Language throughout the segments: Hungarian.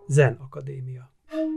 Zen Akadémia.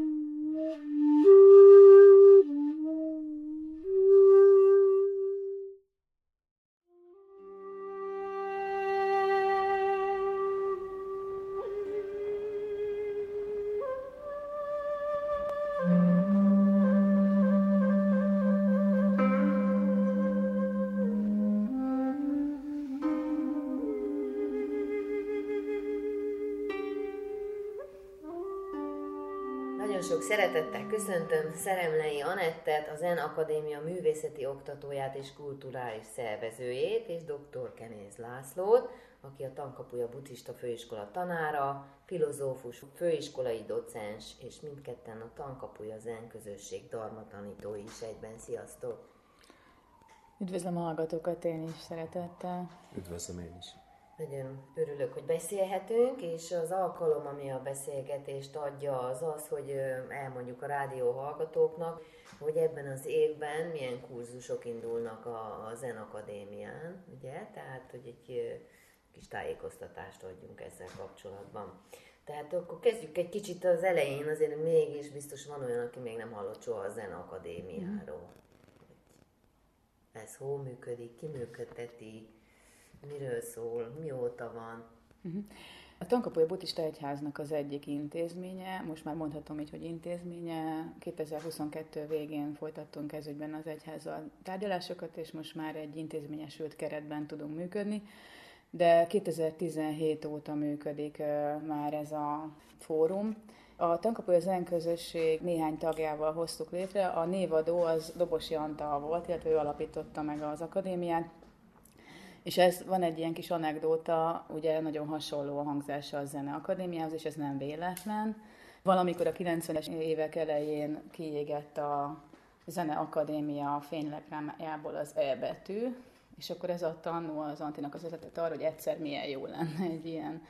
Nagyon sok szeretettel köszöntöm Szeremlei Anettet, a Zen Akadémia művészeti oktatóját és kulturális szervezőjét, és dr. Kenéz Lászlót, aki a Tankapuja Buddhista Főiskola tanára, filozófus, főiskolai docens, és mindketten a Tankapuja Zen közösség dharma tanítói is egyben. Sziasztok! Üdvözlöm a hallgatókat én is szeretettel. Üdvözlöm én is. Nagyon örülök, hogy beszélhetünk, és az alkalom, ami a beszélgetést adja, az az, hogy elmondjuk a rádió hallgatóknak, hogy ebben az évben milyen kurzusok indulnak a Zen Akadémián, ugye? Tehát, hogy egy kis tájékoztatást adjunk ezzel kapcsolatban. Tehát akkor kezdjük egy kicsit az elején, azért mégis biztos van olyan, aki még nem hallott soha a Zen Akadémiáról. Ez hol működik, ki működteti, miről szól, mióta van? A Tankapuja Buddhista Egyháznak az egyik intézménye, most már mondhatom így, hogy intézménye, 2022 végén folytattunk ez ügyben az egyházzal tárgyalásokat, és most már egy intézményesült keretben tudunk működni, de 2017 óta működik már ez a fórum. A Tankapuja Zen közösség néhány tagjával hoztuk létre, a névadó az Dobosi Antal volt, illetve ő alapította meg az akadémiát. És ez van egy ilyen kis anekdóta, ugye nagyon hasonló a hangzása a Zene Akadémiához, és ez nem véletlen. Valamikor a 90-es évek elején kiégett a Zene Akadémia fényleprájából az E betű, és akkor ez adta annó az Antinak az ötletet arra, hogy egyszer milyen jó lenne egy ilyen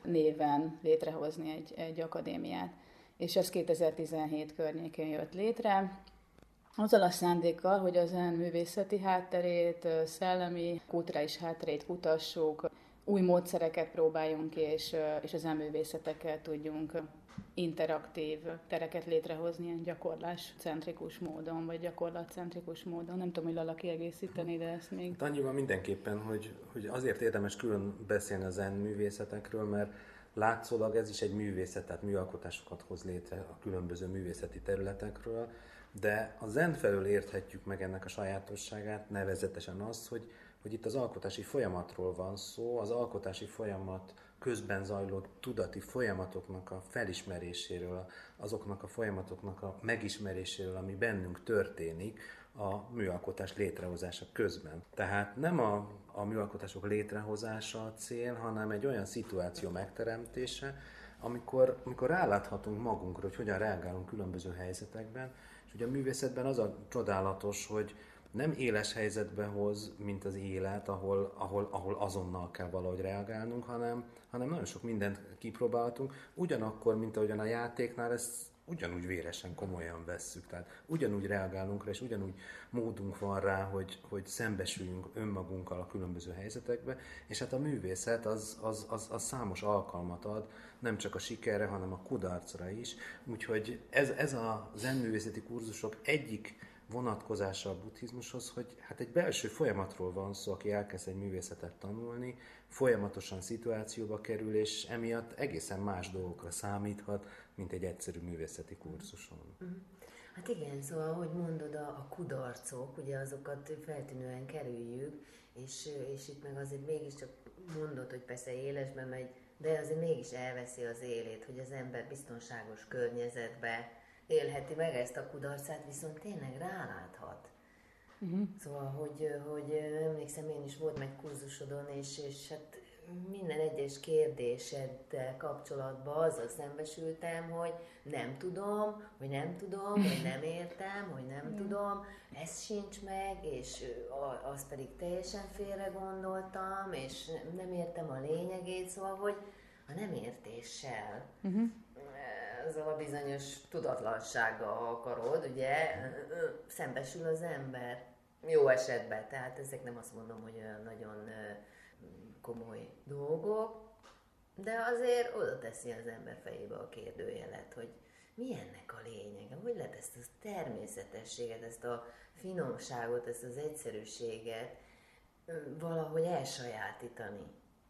néven létrehozni egy akadémiát. És ez 2017 környékén jött létre. Azzal a szándékkal, hogy az zen művészeti hátterét, szellemi, kulturális hátterét kutassuk, új módszereket próbáljunk és az zen művészetekkel tudjunk interaktív tereket létrehozni ilyen gyakorláscentrikus módon, vagy gyakorlatcentrikus módon. Nem tudom, hogy Lala kiegészíteni, de ezt még... Hát annyiban mindenképpen, hogy azért érdemes külön beszélni a zen művészetekről, mert látszólag ez is egy művészet, tehát műalkotásokat hoz létre a különböző művészeti területekről, de a zen felől érthetjük meg ennek a sajátosságát, nevezetesen azt, hogy itt az alkotási folyamatról van szó, az alkotási folyamat közben zajló tudati folyamatoknak a felismeréséről, azoknak a folyamatoknak a megismeréséről, ami bennünk történik a műalkotás létrehozása közben. Tehát nem a műalkotások létrehozása a cél, hanem egy olyan szituáció megteremtése, amikor ráláthatunk magunkra, hogy hogyan reagálunk különböző helyzetekben, és ugye a művészetben az a csodálatos, hogy nem éles helyzetbe hoz, mint az élet, ahol azonnal kell valahogy reagálnunk, hanem nagyon sok mindent kipróbáltunk, ugyanakkor, mint ahogyan a játéknál, ezt ugyanúgy véresen komolyan vesszük, tehát ugyanúgy reagálunk rá, és ugyanúgy módunk van rá, hogy szembesüljünk önmagunkkal a különböző helyzetekbe, és hát a művészet az számos alkalmat ad, nem csak a sikerre, hanem a kudarcra is, úgyhogy ez a zenművészeti kurzusok egyik vonatkozása a buddhizmushoz, hogy hát egy belső folyamatról van szó, aki elkezd egy művészetet tanulni, folyamatosan szituációba kerül, és emiatt egészen más dolgokra számíthat, mint egy egyszerű művészeti kurzuson. Hát igen, szóval, ahogy mondod, a kudarcok, ugye azokat feltűnően kerüljük, és itt meg azért mégiscsak mondod, hogy persze élesben megy, de azért mégis elveszi az élét, hogy az ember biztonságos környezetbe élheti meg ezt a kudarcát, viszont tényleg ráláthat. Szóval, hogy emlékszem, én is voltam egy kurzusodon, és hát minden egyes kérdéseddel kapcsolatban azzal szembesültem, hogy nem tudom, hogy nem értem, hogy nem tudom, ez sincs meg, és azt pedig teljesen félre gondoltam, és nem értem a lényegét, szóval, hogy a nem értéssel, azzal a bizonyos tudatlansággal, ha akarod, ugye, szembesül az ember. Jó esetben, tehát ezek nem azt mondom, hogy olyan nagyon komoly dolgok, De azért oda teszi az ember fejébe a kérdőjelet, hogy mi ennek a lényege, hogy lehet ezt a természetességet, ezt a finomságot, ezt az egyszerűséget valahogy elsajátítani.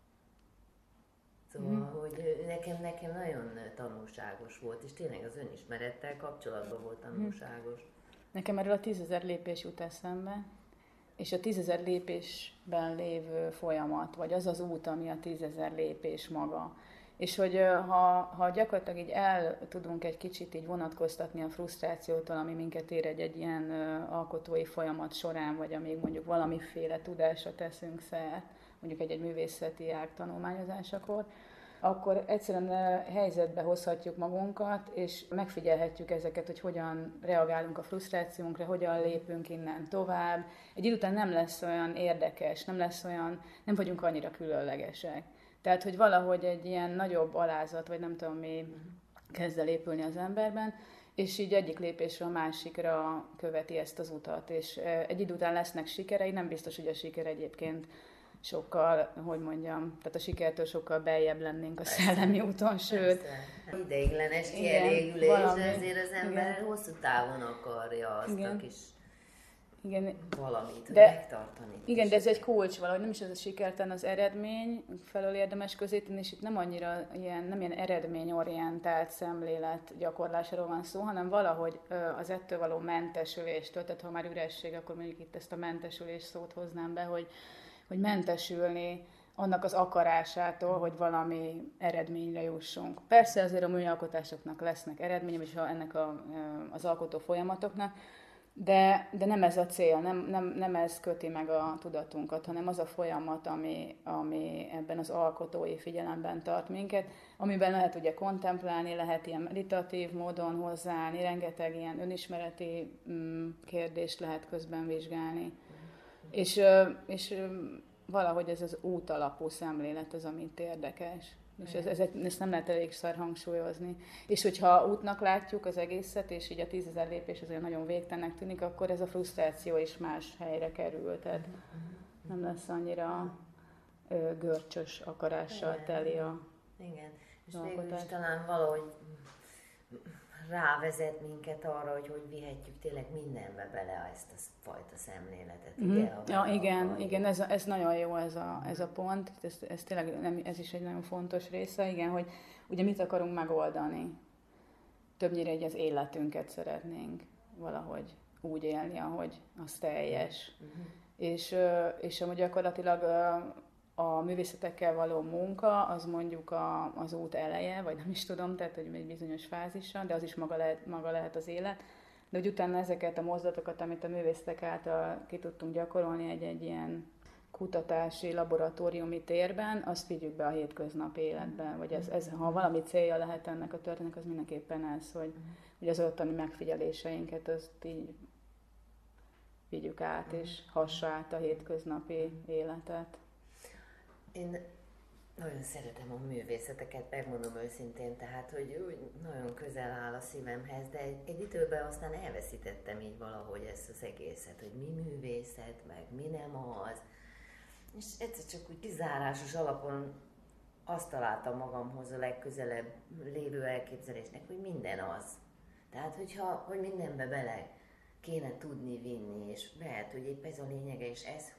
Szóval, hogy nekem nagyon tanulságos volt, és tényleg az önismerettel kapcsolatban volt tanulságos. Nekem erről a 10.000 lépés jut eszembe, és a 10.000 lépésben lévő folyamat, vagy az az út, ami a 10.000 lépés maga. És hogy ha gyakorlatilag így el tudunk egy kicsit így vonatkoztatni a frusztrációtól, ami minket ér egy ilyen alkotói folyamat során, vagy amíg mondjuk valamiféle tudásra teszünk szert, mondjuk egy művészeti ág tanulmányozásakor, akkor egyszerűen helyzetbe hozhatjuk magunkat, és megfigyelhetjük ezeket, hogy hogyan reagálunk a frusztrációnkra, hogyan lépünk innen tovább. Egy idő után nem lesz olyan érdekes, nem vagyunk annyira különlegesek. Tehát, hogy valahogy egy ilyen nagyobb alázat, vagy nem tudom mi kezd el épülni az emberben, és így egyik lépésről a másikra követi ezt az utat. És egy idő után lesznek sikerei, nem biztos, hogy a siker egyébként sokkal, hogy mondjam, tehát a sikertől sokkal beljebb lennénk a szellemi úton, sőt. Ideiglenes kielégülés, de ezért az ember hosszú távon akarja azt a kis valamit, hogy megtartani. Igen, de ez egy kulcs valahogy, nem is ez a sikertelen az eredmény felől érdemes közé tenni, és itt nem annyira nem ilyen eredményorientált szemlélet gyakorlásról van szó, hanem valahogy az ettől való mentesüléstől, tehát ha már üresség, akkor mondjuk itt ezt a mentesülés szót hoznám be, hogy mentesülni annak az akarásától, hogy valami eredményre jussunk. Persze azért a műalkotásoknak lesznek eredménye, és ennek az alkotó folyamatoknak, de nem ez a cél, nem ez köti meg a tudatunkat, hanem az a folyamat, ami ebben az alkotói figyelemben tart minket, amiben lehet ugye kontemplálni, lehet ilyen meditatív módon hozzáállni, rengeteg ilyen önismereti kérdést lehet közben vizsgálni. És valahogy ez az út alapú szemlélet az, amit érdekes. És ezt nem lehet elégszer hangsúlyozni. És hogyha útnak látjuk az egészet, és így a 10.000 lépés azért nagyon végtelennek tűnik, akkor ez a frusztráció is más helyre kerül. Tehát nem lesz annyira görcsös akarással teli a Igen, és végül is talán valahogy rávezet minket arra, hogy vihetjük tényleg mindenbe bele ezt a fajta szemléletet. Ugye? Igen, ez nagyon jó ez a pont, ez tényleg ez is egy nagyon fontos része, igen, hogy ugye mit akarunk megoldani. Többnyire így az életünket szeretnénk valahogy úgy élni, ahogy az teljes. És amúgy gyakorlatilag a művészetekkel való munka, az mondjuk az út eleje, vagy nem is tudom, tehát hogy egy bizonyos fázisa, de az is maga lehet az élet. De hogy utána ezeket a mozdulatokat, amit a művészetek által ki tudtunk gyakorolni egy ilyen kutatási, laboratóriumi térben, azt vigyük be a hétköznapi életbe. Vagy ha valami célja lehet ennek a történetnek, az mindenképpen ez, hogy az ottani megfigyeléseinket azt így vigyük át, és hassa át a hétköznapi életet. Én nagyon szeretem a művészeteket, megmondom őszintén, tehát, hogy nagyon közel áll a szívemhez, de egy időben aztán elveszítettem így valahogy ezt az egészet, hogy mi művészet, meg mi nem az. És egyszer csak úgy kizárásos alapon azt találtam magamhoz a legközelebb lévő elképzelésnek, hogy minden az. Tehát, hogy mindenbe bele kéne tudni vinni, és lehet, hogy épp ez a lényege, és ez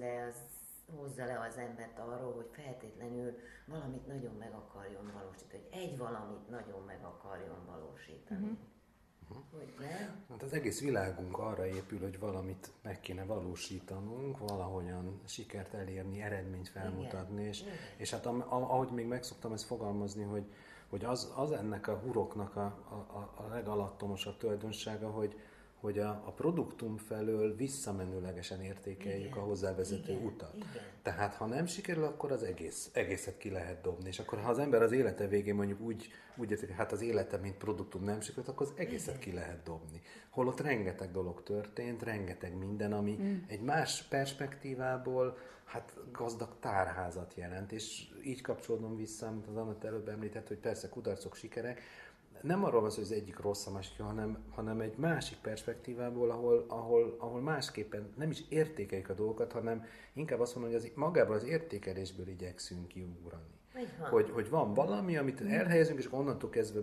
hozza le az embert arról, hogy feltétlenül valamit nagyon meg akarjon valósítani, hogy egy valamit nagyon meg akarjon valósítani. Hogy nem? Hát az egész világunk arra épül, hogy valamit meg kéne valósítanunk, valahogyan sikert elérni, eredményt felmutatni, és hát ahogy még meg szoktam ezt fogalmazni, hogy az ennek a huroknak a legalattomosabb tulajdonsága, hogy a produktum felől visszamenőlegesen értékeljük a hozzávezető utat. Igen. Tehát ha nem sikerül, akkor az egészet ki lehet dobni. És akkor ha az ember az élete végén mondjuk úgy értik, hogy hát az élete, mint produktum nem sikerült, akkor az egészet ki lehet dobni. Holott rengeteg dolog történt, rengeteg minden, ami egy más perspektívából hát gazdag tárházat jelent. És így kapcsolódom vissza, amit az Anna előbb említett, hogy persze kudarcok, sikerek, nem arról van szó, hogy az egyik rossz, a másik, hanem egy másik perspektívából, ahol másképpen nem is értékeljük a dolgokat, hanem inkább azt mondom, hogy magából az értékelésből igyekszünk kiugrani. Hogy van valami, amit elhelyezünk, és onnantól kezdve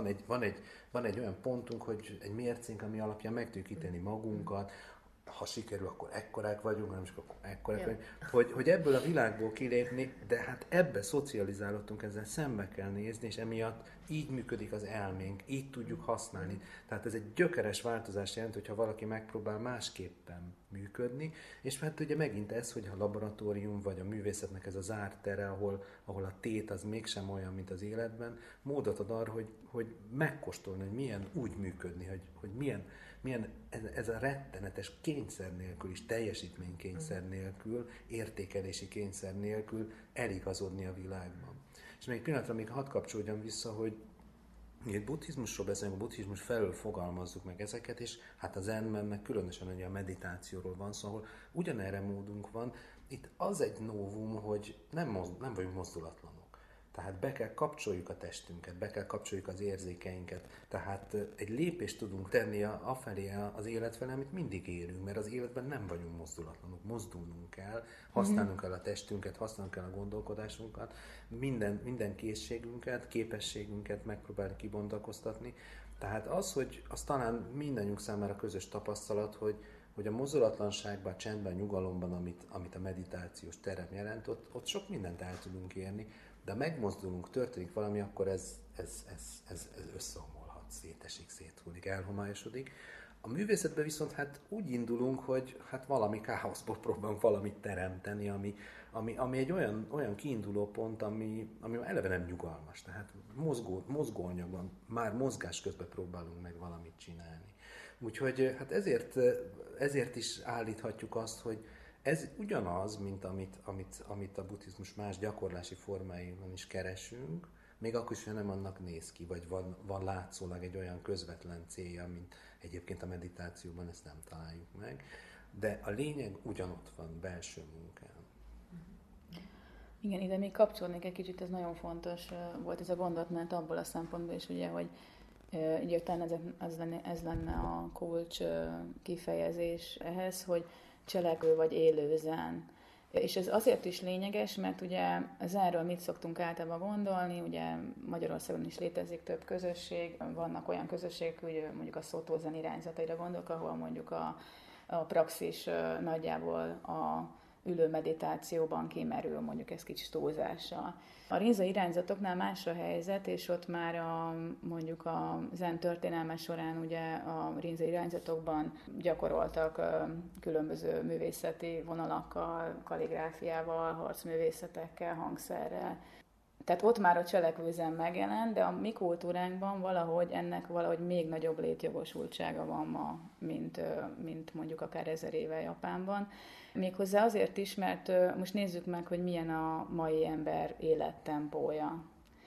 van egy olyan pontunk, hogy egy mércénk, ami alapján meg tudjuk ítélni magunkat, ha sikerül, akkor ekkorák vagyunk, nem csak akkor ekkorák vagyunk, hogy ebből a világból kilépni, de hát ebbe szocializálódtunk, ezzel szembe kell nézni, és emiatt így működik az elménk, így tudjuk használni. Tehát ez egy gyökeres változás jelent, hogyha valaki megpróbál másképpen működni, és hát ugye megint ez, hogy a laboratórium vagy a művészetnek ez a zárt tere, ahol a tét az mégsem olyan, mint az életben, módot ad arra, hogy megkóstolni, hogy milyen úgy működni, hogy milyen ez a rettenetes kényszer nélkül is, teljesítménykényszer nélkül, értékelési kényszer nélkül eligazodni a világban. És még egy pillanatra még hadd kapcsolódjam vissza, hogy egy buddhizmusról beszélünk, a buddhizmus felől fogalmazzuk meg ezeket, és hát az zenben meg különösen ugye a meditációról van szó, ahol ugyanerre módunk van. Itt az egy novum, hogy nem vagyunk mozdulatlanok. Tehát be kell kapcsoljuk a testünket, be kell kapcsoljuk az érzékeinket. Tehát egy lépést tudunk tenni afelé az élet felé, amit mindig élünk, mert az életben nem vagyunk mozdulatlanok, mozdulnunk kell, használnunk kell a testünket, használnunk kell a gondolkodásunkat, minden készségünket, képességünket megpróbálni kibontakoztatni. Tehát az talán mindannyiunk számára közös tapasztalat, hogy a mozdulatlanságban, a csendben, a nyugalomban, amit a meditációs terem jelent, ott sok mindent el tudunk érni, de ha megmozdulunk, történik valami, akkor ez összeomolhat, szétesik, széthullik, elhomályosodik. A művészetben viszont hát úgy indulunk, hogy hát valami káoszból próbálunk valamit teremteni, ami egy olyan kiinduló pont, ami eleve nem nyugalmas. Tehát mozgóanyagban, már mozgás közben próbálunk meg valamit csinálni. Úgyhogy hát ezért is állíthatjuk azt, hogy ez ugyanaz, mint amit a buddhizmus más gyakorlási formáiban is keresünk, még akkor is, hogy nem annak néz ki, vagy van látszólag egy olyan közvetlen célja, mint egyébként a meditációban ezt nem találjuk meg, de a lényeg ugyanott van, belső munkán. Igen, ide még kapcsolnék egy kicsit, ez nagyon fontos volt ez a gondolatmenet abból a szempontból is, ugye, hogy így talán ez lenne a kulcs kifejezés ehhez, hogy cselekvő vagy élő zen. És ez azért is lényeges, mert ugye zenről mit szoktunk általában gondolni, ugye Magyarországon is létezik több közösség, vannak olyan közösségek, hogy mondjuk a Soto zen irányzataira gondolok, ahol mondjuk a praxis nagyjából a ülő meditációban kimerül, mondjuk ez kicsit túlzással. A rinzai irányzatoknál más a helyzet, és ott már mondjuk a zen történelme során ugye a rinzai irányzatokban gyakoroltak különböző művészeti vonalakkal, kalligráfiával, harcművészetekkel, hangszerrel. Tehát ott már a cselekvő zen megjelent, de a mi kultúránkban valahogy még nagyobb létjogosultsága van ma, mint mondjuk akár 1000 éve Japánban. Méghozzá azért is, mert most nézzük meg, hogy milyen a mai ember élettempója.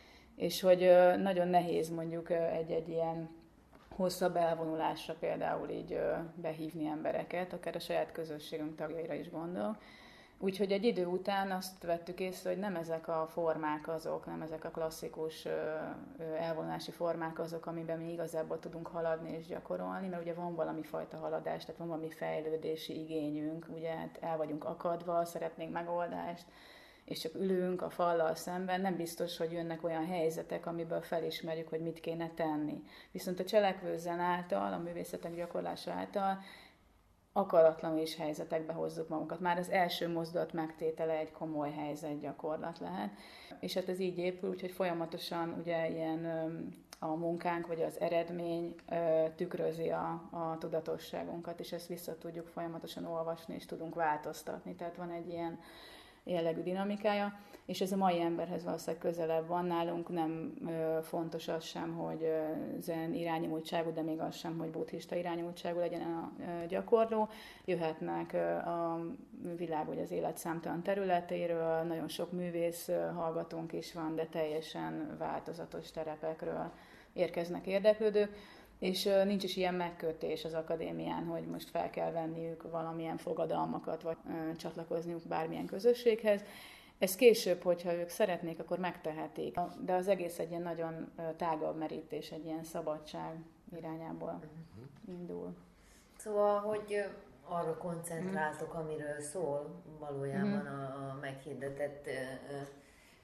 És hogy nagyon nehéz mondjuk egy ilyen hosszabb elvonulásra például így behívni embereket, akár a saját közösségünk tagjaira is gondolok. Úgyhogy egy idő után azt vettük észre, hogy nem ezek a formák azok, nem ezek a klasszikus elvonulási formák azok, amiben mi igazából tudunk haladni és gyakorolni, mert ugye van valami fajta haladás, tehát van valami fejlődési igényünk, ugye hát el vagyunk akadva, szeretnénk megoldást, és csak ülünk a fallal szemben, nem biztos, hogy jönnek olyan helyzetek, amiből felismerjük, hogy mit kéne tenni. Viszont a cselekvő zen által, a művészetek gyakorlása által akaratlanul is helyzetekbe hozzuk magunkat. Már az első mozdulat megtétele egy komoly helyzetgyakorlat lehet. És hát ez így épül, úgyhogy folyamatosan ugye ilyen a munkánk, vagy az eredmény tükrözi a tudatosságunkat, és ezt vissza tudjuk folyamatosan olvasni, és tudunk változtatni. Tehát van egy ilyen jellegű dinamikája, és ez a mai emberhez valószínűleg közelebb van. Nálunk nem fontos az sem, hogy zen irányultságú, de még az sem, hogy buddhista irányultságú legyen a gyakorló. Jöhetnek a világ vagy az élet számtalan területéről, nagyon sok művész hallgatónk is van, de teljesen változatos terepekről érkeznek érdeklődők. És nincs is ilyen megkötés az akadémián, hogy most fel kell venniük valamilyen fogadalmakat, vagy csatlakozniuk bármilyen közösséghez. Ez később, hogyha ők szeretnék, akkor megtehetik. De az egész egy ilyen nagyon tágabb merítés, egy ilyen szabadság irányából indul. Szóval, hogy arra koncentráltok, amiről szól valójában a meghirdetett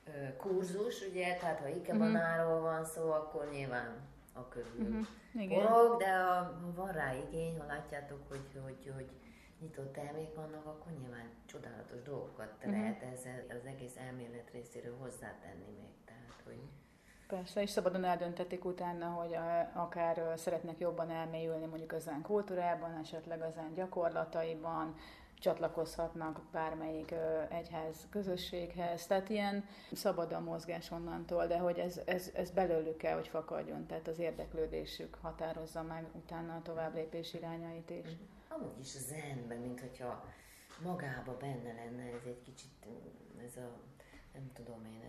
kurzus, ugye, tehát ha ikebanáról van szó, akkor nyilván a körül Igen. forog, de ha van rá igény, ha látjátok, hogy nyitott elmék vannak, akkor nyilván csodálatos dolgokat lehet ezzel az egész elmélet részéről hozzátenni még. Tehát, hogy Persze, és szabadon eldöntetik utána, hogy akár szeretnek jobban elmélyülni mondjuk az zen kultúrában, esetleg az zen gyakorlataiban, csatlakozhatnak bármelyik egyház közösséghez, tehát ilyen szabad a mozgás onnantól, de hogy ez belőlük kell, hogy fakadjon, tehát az érdeklődésük határozza meg utána a továbblépés irányait is. amúgy is a zenben, mint hogyha magába benne lenne, ez egy kicsit, ez a, nem tudom én,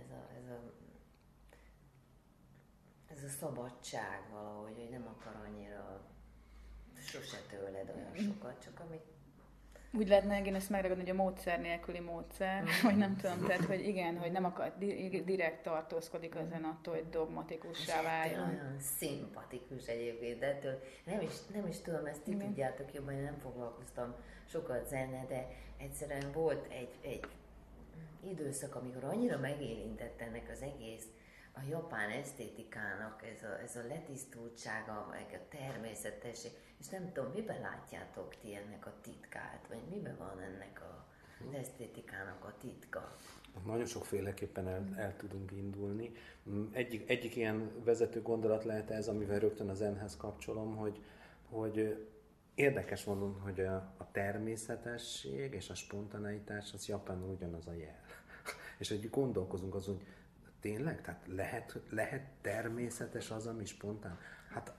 ez a szabadság valahogy, hogy nem akar annyira sose tőled olyan sokat, csak amit... Úgy lehetne én ezt megragadni, hogy a módszer nélküli módszer, vagy nem tudom, tehát hogy igen, hogy nem akar, direkt tartózkodik ezen attól, hogy dogmatikussá váljon. Olyan szimpatikus egyébként, de ettől nem is tudom, ezt ti tudjátok jobban, én nem foglalkoztam sokat zene, de egyszerűen volt egy időszak, amikor annyira megérintett ennek az egész a japán esztétikának ez a letisztultsága, meg a természetesség, és nem tudom, miben látjátok ti ennek a titkát, vagy miben van ennek az esztétikának a titka? Nagyon sokféleképpen el tudunk indulni. Egyik ilyen vezető gondolat lehet ez, amivel rögtön az zenhez kapcsolom, hogy érdekes mondom, hogy a természetesség és a spontaneitás az Japánul ugyanaz a jel. És hogy gondolkozunk azon, hogy tényleg? Tehát lehet természetes az, ami spontán? Hát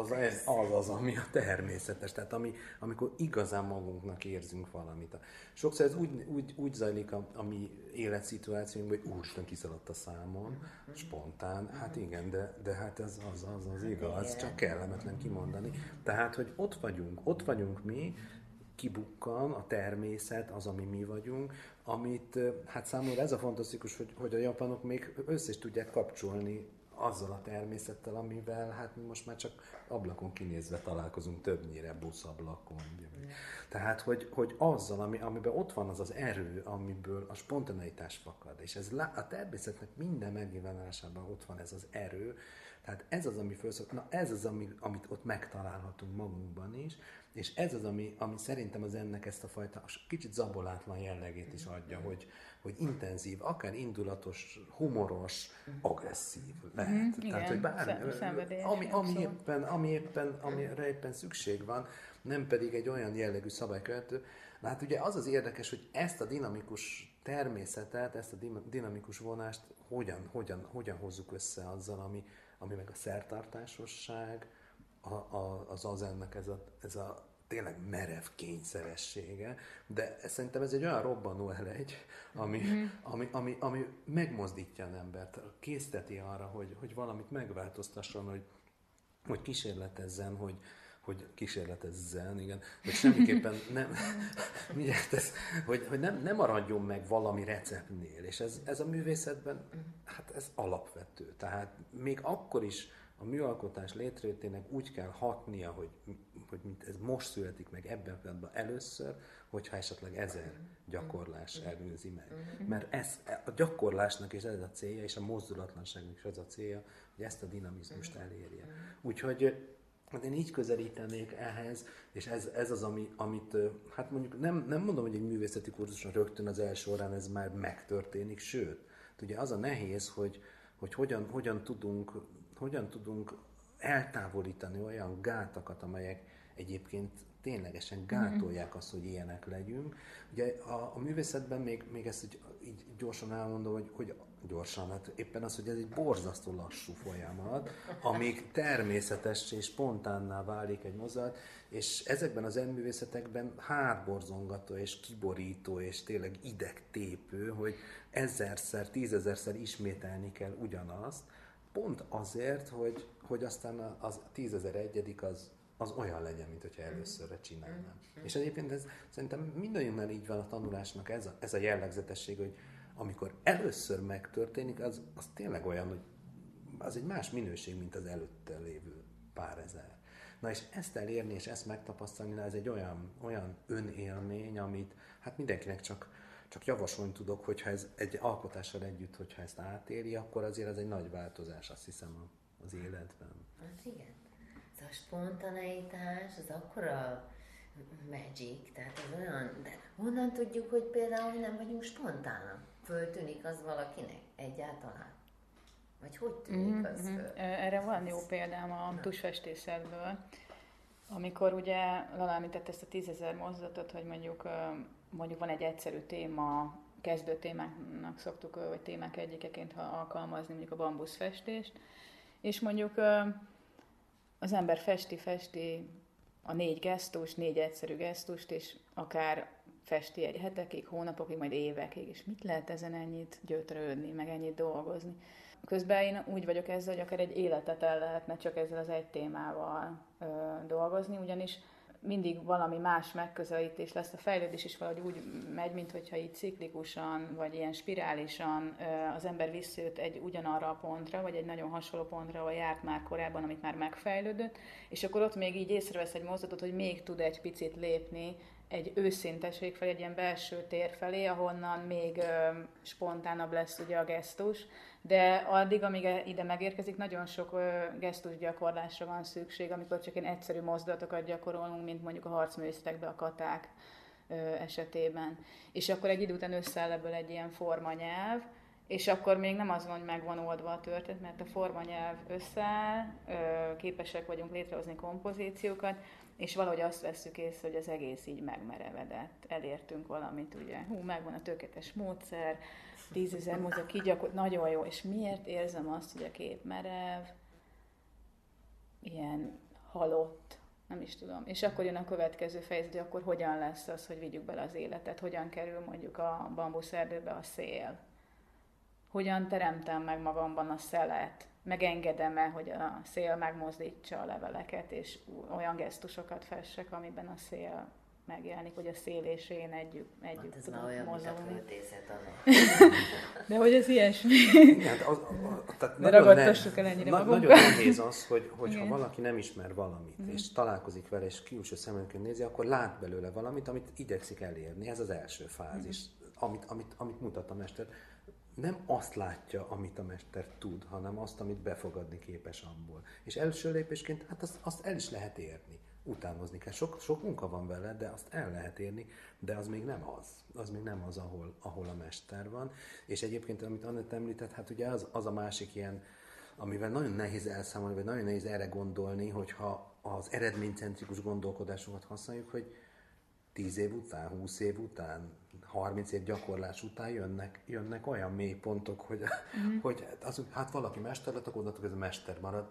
az, ami a természetes. Tehát amikor igazán magunknak érzünk valamit. Sokszor ez úgy zajlik a mi életszituációnkban, hogy úristen kiszaladt a számon, spontán. Hát igen, de hát ez az igaz, csak kellemetlen kimondani. Tehát, hogy ott vagyunk mi, kibukkan a természet, az, ami mi vagyunk, amit, hát számomra ez a fantasztikus, hogy a japánok még össze is tudják kapcsolni azzal a természettel, amivel hát mi most már csak ablakon kinézve találkozunk többnyire, buszablakon. Tehát, hogy azzal, amiben ott van az erő, amiből a spontaneitás fakad, és a természetnek minden megnyilvánulásában ott van ez az erő, tehát ez az, ami ez az, amit ott megtalálhatunk magunkban is, és ez az, ami szerintem az ennek ezt a fajta kicsit zabolátlan jellegét is adja, hogy intenzív, akár indulatos, humoros, agresszív lehet. Igen, tehát, hogy amire éppen szükség van, nem pedig egy olyan jellegű szabálykövető. Na hát ugye az érdekes, hogy ezt a dinamikus természetet, ezt a dinamikus vonást hogyan hozzuk össze azzal, ami meg a szertartásosság, az ennek ez a tényleg merev kényszeressége, de szerintem ez egy olyan robbanó elegy, ami megmozdítja az embert, készteti arra, hogy valamit megváltoztasson, hogy kísérletezzen, hogy kísérletezzen, igen, hogy semmiképpen nem, hogy nem maradjon meg valami receptnél, és ez a művészetben, hát ez alapvető. Tehát még akkor is a műalkotás létrejöttének úgy kell hatnia, hogy ez most születik meg ebben a pillanatban először, hogyha esetleg 1000 gyakorlás előzi meg. Mert a gyakorlásnak is ez a célja, és a mozdulatlanságnak is ez a célja, hogy ezt a dinamizmust elérje. Úgyhogy hát én így közelítenék ehhez, és ez az, amit, hát mondjuk nem mondom, hogy egy művészeti kurzuson rögtön az első órán ez már megtörténik, sőt, ugye az a nehéz, hogy hogyan tudunk eltávolítani olyan gátakat, amelyek egyébként ténylegesen gátolják azt, hogy ilyenek legyünk. Ugye a művészetben még ezt így gyorsan elmondom, hogy gyorsan, hát éppen az, hogy ez egy borzasztó lassú folyamat, amíg természetes és spontánná válik egy mozdulat, és ezekben az művészetekben hátborzongató és kiborító és tényleg idegtépő, hogy 1000-szer, 10 000-szer ismételni kell ugyanazt, pont azért, hogy aztán az 10.001. az olyan legyen, mint hogyha előszörre csinálnám. És egyébként ez szerintem mindannyiunknál így van a tanulásnak ez a jellegzetesség, hogy amikor először megtörténik, az tényleg olyan, hogy az egy más minőség, mint az előtte lévő pár ezer. Na és ezt elérni és ezt megtapasztalni, ez egy olyan önélmény, amit hát mindenkinek csak csak javasolni tudok, hogyha ez egy alkotással együtt, hogyha ezt átéri, akkor azért ez egy nagy változás, azt hiszem, az életben. Hát igen. Ez a spontaneitás, az akkora magic, tehát az olyan, de honnan tudjuk, hogy például nem vagyunk spontánok? Föltűnik az valakinek egyáltalán? Vagy hogy tűnik az föl? Erre van jó példám a tusfestészetből, amikor ugye Lala említett ezt a 10 000 mozdulatot, hogy mondjuk van egy egyszerű téma, kezdő témáknak szoktuk, vagy témák egyikeként alkalmazni, mondjuk a bambuszfestést, és mondjuk az ember festi a 4 gesztust, 4 egyszerű gesztust, és akár festi egy hetekig, hónapokig, majd évekig, és mit lehet ezen ennyit gyötrődni, meg ennyit dolgozni. Közben én úgy vagyok ezzel, hogy akár egy életet el lehetne csak ezzel az egy témával dolgozni, ugyanis mindig valami más megközelítés lesz, a fejlődés is valahogy úgy megy, mint hogyha így ciklikusan, vagy ilyen spirálisan az ember visszajött egy ugyanarra a pontra, vagy egy nagyon hasonló pontra, ahol járt már korábban, amit már megfejlődött, és akkor ott még így észrevesz egy mozdulatot, hogy még tud egy picit lépni egy őszinteség felé, egy ilyen belső tér felé, ahonnan még spontánabb lesz ugye a gesztus, de addig, amíg ide megérkezik, nagyon sok gesztusgyakorlásra van szükség, amikor csak ilyen egyszerű mozdulatokat gyakorolunk, mint mondjuk a harcművészetekben a katák esetében. És akkor egy idő után összeáll ebből egy ilyen formanyelv, és akkor még nem az van, hogy meg van oldva a történet, mert a formanyelv összeáll, képesek vagyunk létrehozni kompozíciókat, és valahogy azt vesszük észre, hogy az egész így megmerevedett. Elértünk valamit, ugye, megvan a tökéletes módszer, 10 000 mozog, így akkor nagyon jó. És miért érzem azt, hogy a kép merev, ilyen halott, nem is tudom. És akkor jön a következő fejezet, hogy akkor hogyan lesz az, hogy vigyük bele az életet, hogyan kerül mondjuk a bambuszerdőbe a szél. Hogyan teremtem meg magamban a szelet, megengedem-e, hogy a szél megmozdítsa a leveleket, és olyan gesztusokat fessek, amiben a szél megjelenik, hogy a szél és én együtt hát ez tudom már olyan, mozogni. mint a költészet, De hogy ez ilyesmi. Igen, tehát de ragadtassuk el ennyire magunkat. Nagyon nehéz az, hogyha valaki nem ismer valamit, és találkozik vele, és külső szemünkön nézi, akkor lát belőle valamit, amit igyekszik elérni. Ez az első fázis, amit mutat a mester. Nem azt látja, amit a mester tud, hanem azt, amit befogadni képes abból. És első lépésként, hát azt el is lehet érni. Utánozni kell. Sok munka van vele, de azt el lehet érni, de az még nem az. Az még nem az, ahol a mester van. És egyébként, amit Anett említett, hát ugye az a másik ilyen, amivel nagyon nehéz elszámolni, vagy nagyon nehéz erre gondolni, hogyha az eredménycentrikus gondolkodásokat használjuk, hogy 10 év után, 20 év után, 30 év gyakorlás után jönnek olyan mélypontok, hogy hát valaki mester lett, akkor onnantól ez a mester marad.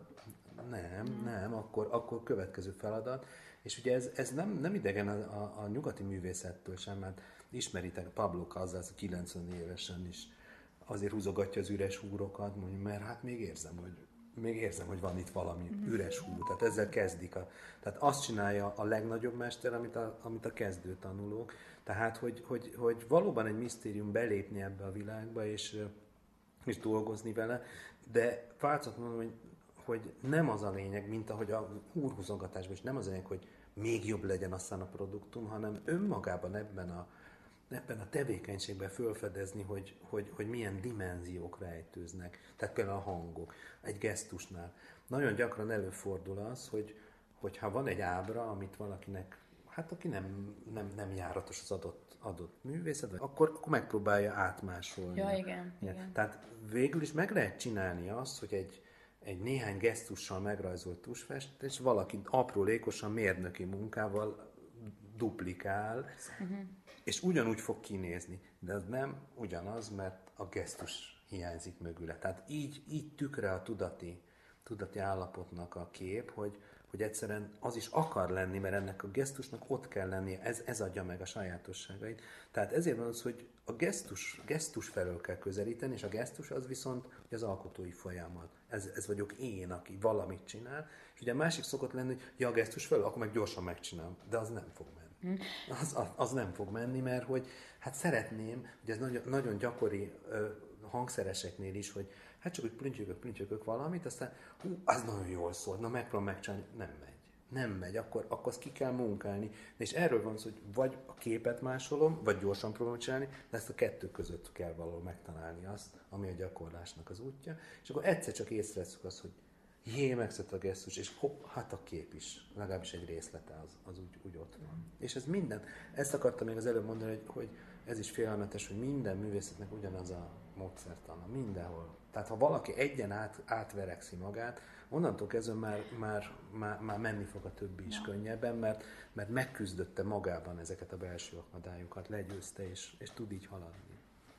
Nem, akkor következő feladat. És ugye ez nem idegen a nyugati művészettől sem, mert ismeritek, Pablo Casals 90 évesen is azért húzogatja az üres húrokat, mondjuk, mert hát még érzem, hogy van itt valami üres húr. Tehát ezzel kezdik. Tehát azt csinálja a legnagyobb mester, amit a kezdő tanulók. Tehát, hogy valóban egy misztérium belépni ebbe a világba, és dolgozni vele, de változat mondom, hogy nem az a lényeg, mint ahogy a húrhúzogatásban is nem az a lényeg, hogy még jobb legyen aztán a produktum, hanem önmagában ebben a tevékenységben felfedezni, hogy milyen dimenziók rejtőznek. Tehát például a hangok, egy gesztusnál. Nagyon gyakran előfordul az, hogy ha van egy ábra, amit valakinek, hát aki nem járatos az adott művészet, akkor megpróbálja átmásolni. Ja, igen. Tehát végül is meg lehet csinálni azt, hogy egy néhány gesztussal megrajzolt tusfestés valaki aprólékosan mérnöki munkával duplikál, és ugyanúgy fog kinézni. De az nem ugyanaz, mert a gesztus hiányzik mögüle. Tehát így tükre a tudati állapotnak a kép, hogy egyszerűen az is akar lenni, mert ennek a gesztusnak ott kell lennie, ez adja meg a sajátosságait. Tehát ezért van az, hogy a gesztus felől kell közelíteni, és a gesztus az viszont az alkotói folyamat. Ez vagyok én, aki valamit csinál, és ugye a másik szokott lenni, hogy a gesztus felől, akkor meg gyorsan megcsinálom, de az nem fog menni. Az nem fog menni, mert hogy hát szeretném, hogy ez nagyon, nagyon gyakori hangszereseknél is, hogy hát csak úgy plüntjögök valamit, aztán az nagyon jól szól, na megpróbálom megcsinálni, nem megy, akkor azt ki kell munkálni. És erről van szó, hogy vagy a képet másolom, vagy gyorsan próbálom csinálni, de ezt a kettő között kell valahol megtalálni azt, ami a gyakorlásnak az útja. És akkor egyszer csak észreveszünk azt, hogy megszett a gesztus, és hopp, hát a kép is, legalábbis egy részlete az úgy ott van. És ez minden, ezt akartam még az előbb mondani, hogy ez is félelmetes, hogy minden művészetnek ugyanaz a módszertana, mindenhol. Tehát ha valaki egyen átverekszi magát, onnantól kezdve már menni fog a többi is könnyebben, mert megküzdötte magában ezeket a belső akadályokat, legyőzte, és tud így haladni.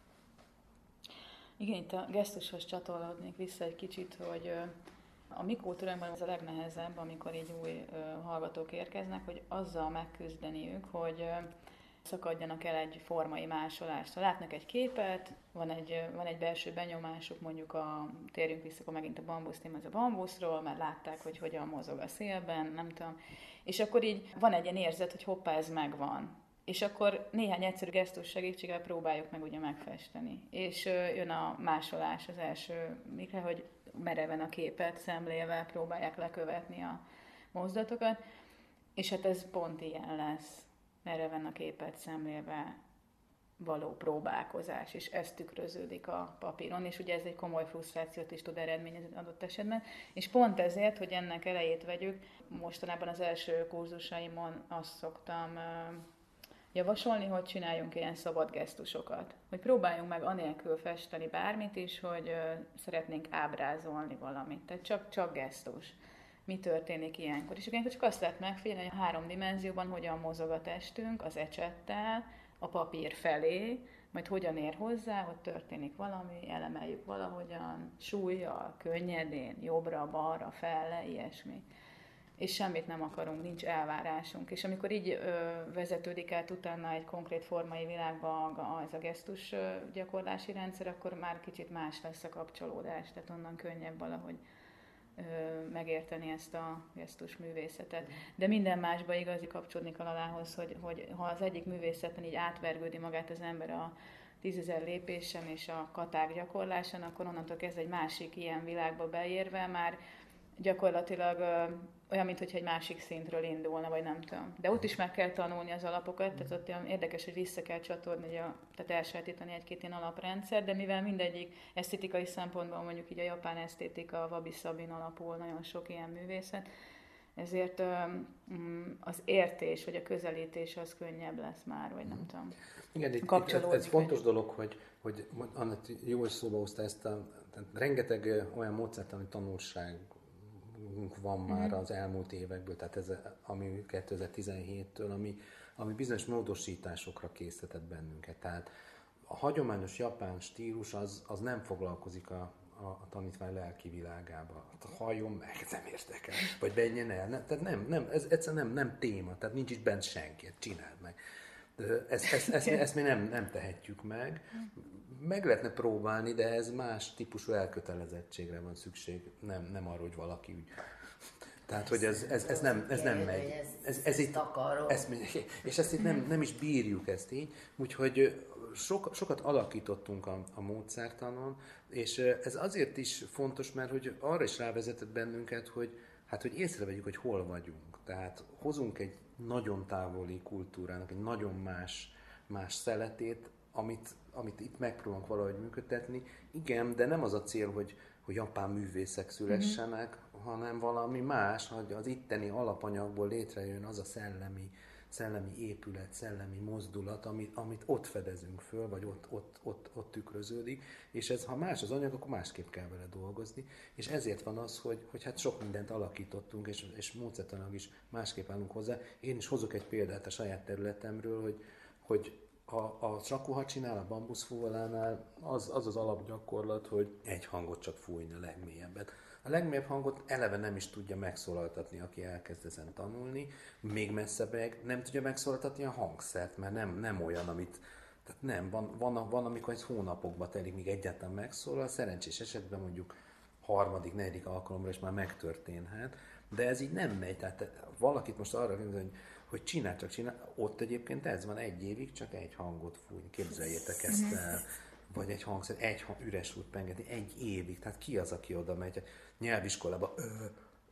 Igen, itt a gesztushoz csatolódnék vissza egy kicsit, hogy a mi kultúránkban az a legnehezebb, amikor így új hallgatók érkeznek, hogy azzal megküzdeniük, hogy szakadjanak el egy formai másolást. Ha látnak egy képet, van egy belső benyomásuk, mondjuk térjünk vissza akkor megint a bambusz téma, az a bambuszról, mert látták, hogy hogyan mozog a szélben, nem tudom. És akkor így van egy ilyen érzet, hogy hoppá, ez megvan. És akkor néhány egyszerű gesztus segítségével próbáljuk meg ugye megfesteni. És jön a másolás az első mikre, hogy mereven a képet szemlével próbálják lekövetni a mozdulatokat. És hát ez pont ilyen lesz. Mereven a képet szemlélve való próbálkozás, és ez tükröződik a papíron, és ugye ez egy komoly frusztrációt is tud eredményezni adott esetben, és pont ezért, hogy ennek elejét vegyük, mostanában az első kurzusaimon azt szoktam javasolni, hogy csináljunk ilyen szabad gesztusokat. Hogy próbáljunk meg anélkül festeni bármit is, hogy szeretnénk ábrázolni valamit. Tehát csak gesztus. Mi történik ilyenkor? És ilyenkor csak azt lehet megfigyelni, hogy a 3 dimenzióban hogyan mozog a testünk az ecsettel, a papír felé, majd hogyan ér hozzá, ott történik valami, elemeljük valahogyan, súllyal, könnyedén, jobbra, balra, felle, ilyesmi. És semmit nem akarunk, nincs elvárásunk. És amikor így vezetődik át utána egy konkrét formai világba ez a gesztus gyakorlási rendszer, akkor már kicsit más lesz a kapcsolódás, tehát onnan könnyebb valahogy megérteni ezt a gesztus művészetet. De minden másba igazi kapcsolódni kell alához, hogy ha az egyik művészeten így átvergődi magát az ember a 10 000 lépésen és a katák gyakorláson, akkor onnantól kezdve egy másik ilyen világba beérve már gyakorlatilag olyan, mintha egy másik szintről indulna, vagy nem tudom. De ott is meg kell tanulni az alapokat, tehát ott olyan érdekes, hogy vissza kell csatorni, tehát elsajátítani egy-két ilyen alaprendszer, de mivel mindegyik esztétikai szempontból mondjuk így a japán esztétika, a wabi-sabin alapul nagyon sok ilyen művészet, ezért az értés, vagy a közelítés az könnyebb lesz már, vagy nem tudom. Igen, ez fontos dolog, hogy Anett jól szóba hozta ezt rengeteg olyan módszertani tanulságunk van már az elmúlt évekből, tehát ez, ami 2017-től, ami bizonyos módosításokra készített bennünket. Tehát a hagyományos japán stílus az nem foglalkozik a tanítvány lelki világába. Halljon meg, nem érdekel, vagy menjen el. Tehát ez egyszerűen nem téma, tehát nincs is bent senki, csináld meg. Ezt mi nem tehetjük meg. Meg lehetne próbálni, de ez más típusú elkötelezettségre van szükség, nem arra, hogy valaki úgy. Tehát, hogy ez nem megy. Ez itt akarom. És ezt itt nem is bírjuk ezt így, úgyhogy sokat alakítottunk a módszertanon, és ez azért is fontos, mert hogy arra is rávezetett bennünket, hogy észrevegyük, hogy hol vagyunk. Tehát hozunk egy nagyon távoli kultúrának, egy nagyon más szeletét, amit itt megpróbálunk valahogy működtetni. Igen, de nem az a cél, hogy japán művészek szülessenek, hanem valami más, hogy az itteni alapanyagból létrejön az a szellemi épület, szellemi mozdulat, amit ott fedezünk föl, vagy ott tükröződik, és ez, ha más az anyag, akkor másképp kell vele dolgozni, és ezért van az, hogy hát sok mindent alakítottunk, és módszertanilag is másképp állunk hozzá. Én is hozok egy példát a saját területemről, hogy a shakuhachinál, a bambuszfuvolánál az alapgyakorlat, hogy egy hangot csak fújni a legmélyebbet. A legmélyebb hangot eleve nem is tudja megszólaltatni, aki elkezd ezen tanulni, még messzebb nem tudja megszólaltatni a hangszert, mert nem olyan, amit... Tehát nem, van amikor ez hónapokba telik, míg egyáltalán megszólal, szerencsés esetben mondjuk 3., 4. alkalomra is már megtörténhet, de ez így nem megy, tehát valakit most arra mondani, hogy csinál, ott egyébként ez van 1 évig, csak egy hangot fújni, képzeljétek ezt el, vagy egy hangszer, üres út pengetni 1 évig, tehát ki az, aki oda megy, nyelviskolába,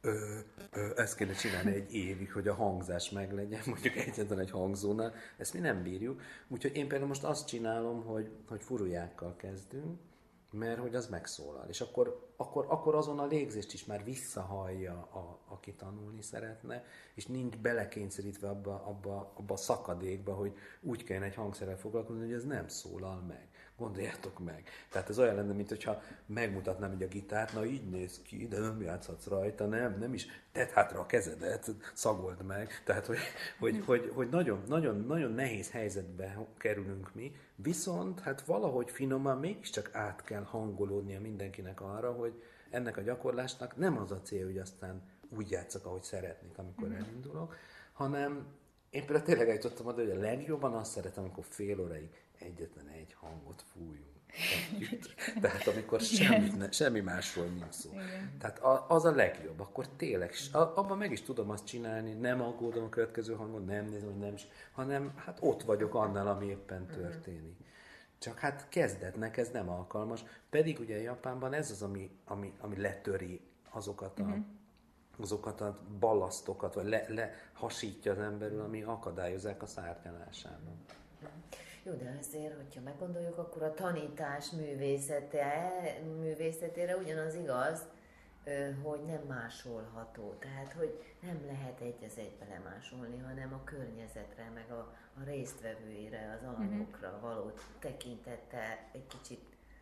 ezt kéne csinálni egy évig, hogy a hangzás meglegyen, mondjuk egyetlen egy hangzónál, ezt mi nem bírjuk. Úgyhogy én például most azt csinálom, hogy furujákkal kezdünk, mert hogy az megszólal. És akkor azon a légzést is már visszahallja, aki tanulni szeretne, és nincs belekényszerítve abba a szakadékba, hogy úgy kellene egy hangszerrel foglalkozni, hogy ez nem szólal meg. Gondoljátok meg. Tehát ez olyan lenne, mint hogyha megmutatnám így a gitárt, na így néz ki, de nem játszhatsz rajta, nem is, tedd hátra a kezedet, szagold meg. Tehát, hogy nagyon nehéz helyzetbe kerülünk mi, viszont hát valahogy finoman mégiscsak át kell hangolódnia mindenkinek arra, hogy ennek a gyakorlásnak nem az a cél, hogy aztán úgy játszak, ahogy szeretnék, amikor elindulok, hanem én például tényleg eljutottam oda, hogy a legjobban azt szeretem, amikor fél óráig egyetlen egy hangot fújunk együtt. Tehát amikor semmi másról nincs szó. Igen. Tehát az a legjobb. Akkor tényleg, abban meg is tudom azt csinálni, nem aggódom a következő hangon, nem nézem, hogy nem is, hanem hát ott vagyok annál, ami éppen történik. Csak hát kezdetnek ez nem alkalmas. Pedig ugye Japánban ez az, ami letöri azokat a ballasztokat, vagy lehasítja az emberül, ami akadályozzák a szárnyalásában. Jó, de azért, hogyha meggondoljuk, akkor a tanítás művészetére ugyanaz igaz, hogy nem másolható. Tehát, hogy nem lehet egy az egybe lemásolni, hanem a környezetre, meg a résztvevőire, az alanyokra való tekintettel egy kicsit,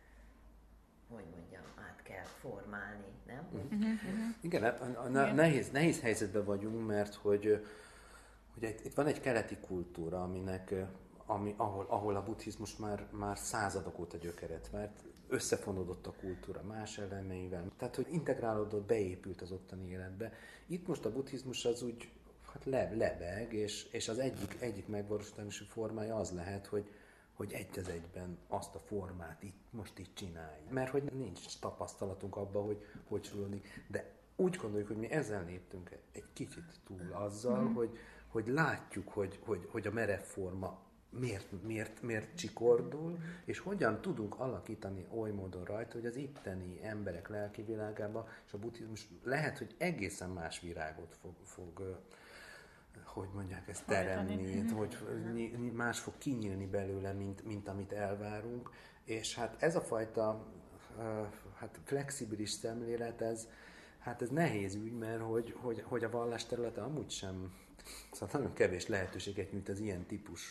hogy mondjam, át kell formálni, nem? Igen, nehéz helyzetben vagyunk, mert hogy itt van egy keleti kultúra, ahol a buddhizmus már századok óta gyökeret, mert összefonódott a kultúra más elemeivel, tehát hogy integrálódott, beépült az ottani életbe. Itt most a buddhizmus az úgy lebeg, és az egyik megvalósítási formája az lehet, hogy egy az egyben azt a formát most így csinálj. Mert hogy nincs tapasztalatunk abban, hogy csulódik. De úgy gondoljuk, hogy mi ezzel léptünk egy kicsit túl azzal, hogy látjuk, hogy a merev forma miért csikordul, és hogyan tudunk alakítani oly módon rajta, hogy az itteni emberek lelki világában, és a buddhizmus lehet, hogy egészen más virágot fog hogy mondják ezt, teremni, hogy más fog kinyílni belőle, mint amit elvárunk. És hát ez a fajta flexibilis szemlélet, ez nehéz ügy, mert hogy a vallás területe amúgy sem, szóval nagyon kevés lehetőséget nyújt az ilyen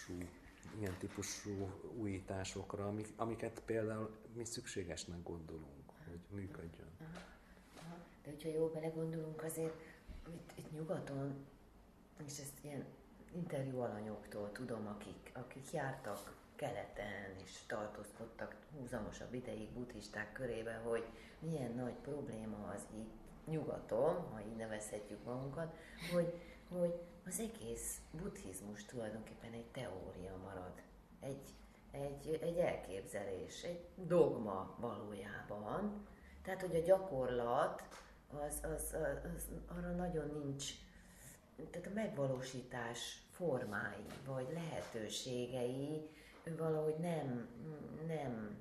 típusú újításokra, amiket például mi szükségesnek gondolunk, hogy működjön. De hogyha jól belegondolunk, azért itt nyugaton, és ezt ilyen interjú alanyoktól tudom, akik jártak keleten, és tartózkodtak húzamosabb ideig buddhisták körében, hogy milyen nagy probléma az itt nyugaton, ha így nevezhetjük magunkat, hogy az egész buddhizmus tulajdonképpen egy teória marad, egy elképzelés, egy dogma valójában. Tehát, hogy a gyakorlat az arra nagyon nincs, tehát a megvalósítás formái, vagy lehetőségei valahogy nem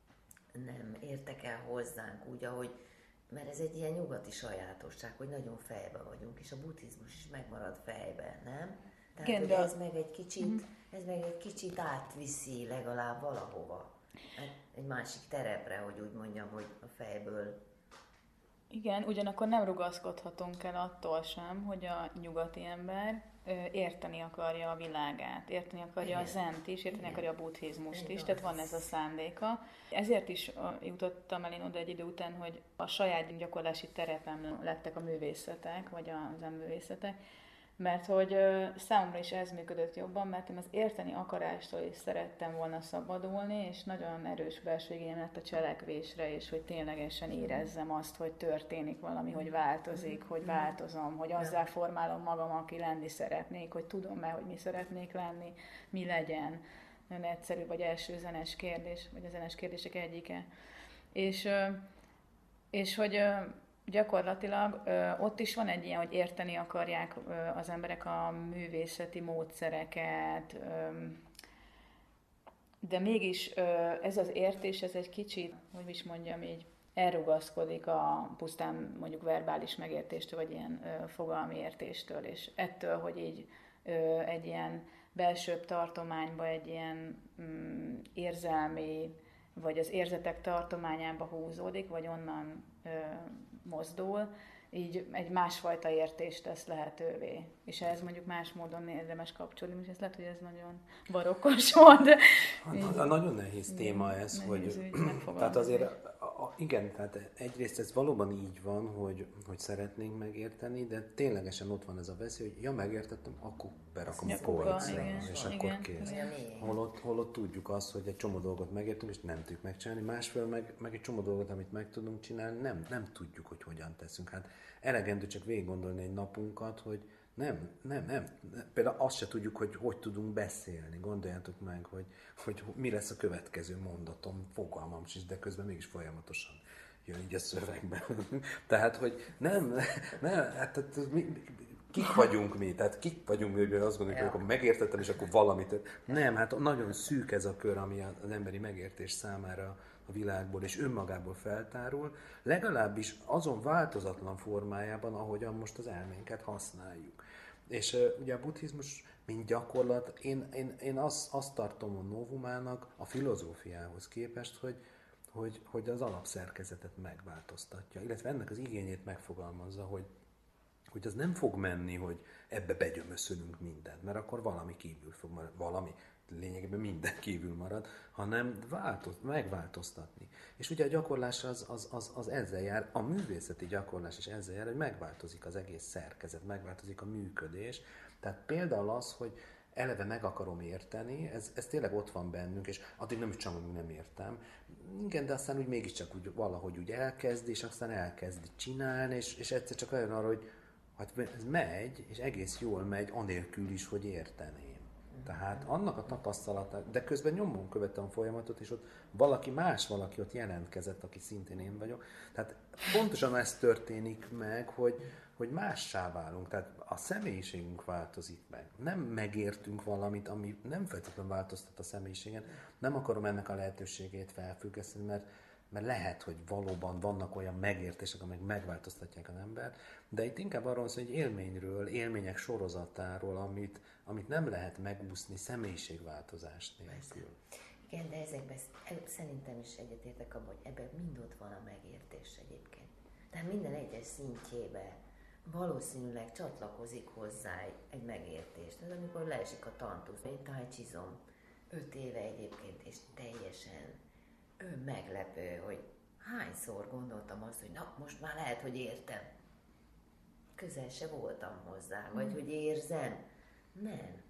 értek el hozzánk úgy, ahogy, mert ez egy ilyen nyugati sajátosság, hogy nagyon fejben vagyunk, és a buddhizmus is megmarad fejben, nem? Tehát, igen, hogy ez meg egy kicsit átviszi legalább valahova. Egy másik terepre, hogy úgy mondjam, hogy a fejből. Igen, ugyanakkor nem rugaszkodhatunk el attól sem, hogy a nyugati ember érteni akarja a világát, érteni akarja a zent is, érteni akarja a buddhizmust is, tehát van ez a szándéka. Ezért is jutottam el én oda egy idő után, hogy a saját gyakorlási terepem lettek a művészetek, vagy a zenművészetek, mert hogy számomra is ez működött jobban, mert én az érteni akarástól is szerettem volna szabadulni, és nagyon erős belső igényem lett a cselekvésre, és hogy ténylegesen érezzem azt, hogy történik valami, hogy változik, hogy változom, hogy azzal formálom magam, aki lenni szeretnék, hogy tudom-e, hogy mi szeretnék lenni, mi legyen. Nagyon egyszerű, vagy első zenes kérdés, vagy a zenes kérdések egyike. És hogy gyakorlatilag ott is van egy ilyen, hogy érteni akarják az emberek a művészeti módszereket, de mégis ez az értés, ez egy kicsit, hogy is mondjam így, elrugaszkodik a pusztán mondjuk verbális megértéstől, vagy ilyen fogalmi értéstől, és ettől, hogy így egy ilyen belsőbb tartományba, egy ilyen érzelmi, vagy az érzetek tartományába húzódik, vagy onnan mozdul, így egy másfajta értést tesz lehetővé. És ehhez mondjuk más módon érdemes kapcsolni, és ez lehet, hogy ez nagyon barokkos volt. Nagyon nehéz téma ez, hogy tehát azért igen, tehát egyrészt ez valóban így van, hogy szeretnénk megérteni, de ténylegesen ott van ez a veszély, hogy megértettem, akkor berakom a polcra, és akkor kész. Holott tudjuk azt, hogy egy csomó dolgot megértünk, és nem tudjuk megcsinálni, másfél meg egy csomó dolgot, amit meg tudunk csinálni, nem tudjuk, hogy hogyan teszünk. Hát elegendő csak végig gondolni egy napunkat, hogy nem. Például azt se tudjuk, hogy tudunk beszélni. Gondoljátok meg, hogy mi lesz a következő mondatom, fogalmam sincs, de közben mégis folyamatosan jön így a szövegben. Tehát, hogy nem, hát kik vagyunk mi? Tehát kik vagyunk mi, hogy azt gondoljuk, hogy akkor megértettem, és akkor valamit. Nem, hát nagyon szűk ez a kör, ami az emberi megértés számára a világból és önmagából feltárul, legalábbis azon változatlan formájában, ahogyan most az elménket használjuk. És ugye a buddhizmus, mint gyakorlat, én azt tartom a novumának a filozófiához képest, hogy az alapszerkezetet megváltoztatja, illetve ennek az igényét megfogalmazza, hogy az nem fog menni, hogy ebbe begyömöszölünk mindent, mert akkor valami kívül fog maradni, valami lényegében minden kívül marad, hanem megváltoztatni. És ugye a gyakorlás az ezzel jár, a művészeti gyakorlás is ezzel jár, hogy megváltozik az egész szerkezet, megváltozik a működés. Tehát például az, hogy eleve meg akarom érteni, ez tényleg ott van bennünk, és addig nem is csak, hogy nem értem. Igen, de aztán úgy mégiscsak úgy, valahogy úgy elkezdi, és aztán elkezdi csinálni, és egyszer csak olyan arra, hogy hát ez megy, és egész jól megy, anélkül is, hogy érteném. Tehát annak a tapasztalata, de közben nyomon követtem a folyamatot, és ott valaki ott jelentkezett, aki szintén én vagyok. Tehát pontosan ez történik meg, hogy mássá válunk, tehát a személyiségünk változik meg. Nem megértünk valamit, ami nem feltétlenül változtat a személyiségen. Nem akarom ennek a lehetőségét felfüggeszteni, mert lehet, hogy valóban vannak olyan megértések, amelyek megváltoztatják az embert, de itt inkább arról szól, hogy élményről, élmények sorozatáról, amit nem lehet megúszni személyiségváltozás nélkül. Igen, de ezekben szerintem is egyetértek abban, hogy ebben mind ott van a megértés egyébként. Tehát minden egyes szintjébe valószínűleg csatlakozik hozzá egy megértés. Tehát amikor leesik a tantusz, én tájcsizom 5 éve egyébként, és teljesen meglepő, hogy hányszor gondoltam azt, hogy na, most már lehet, hogy értem. Közel se voltam hozzá, vagy hogy érzem. Nem.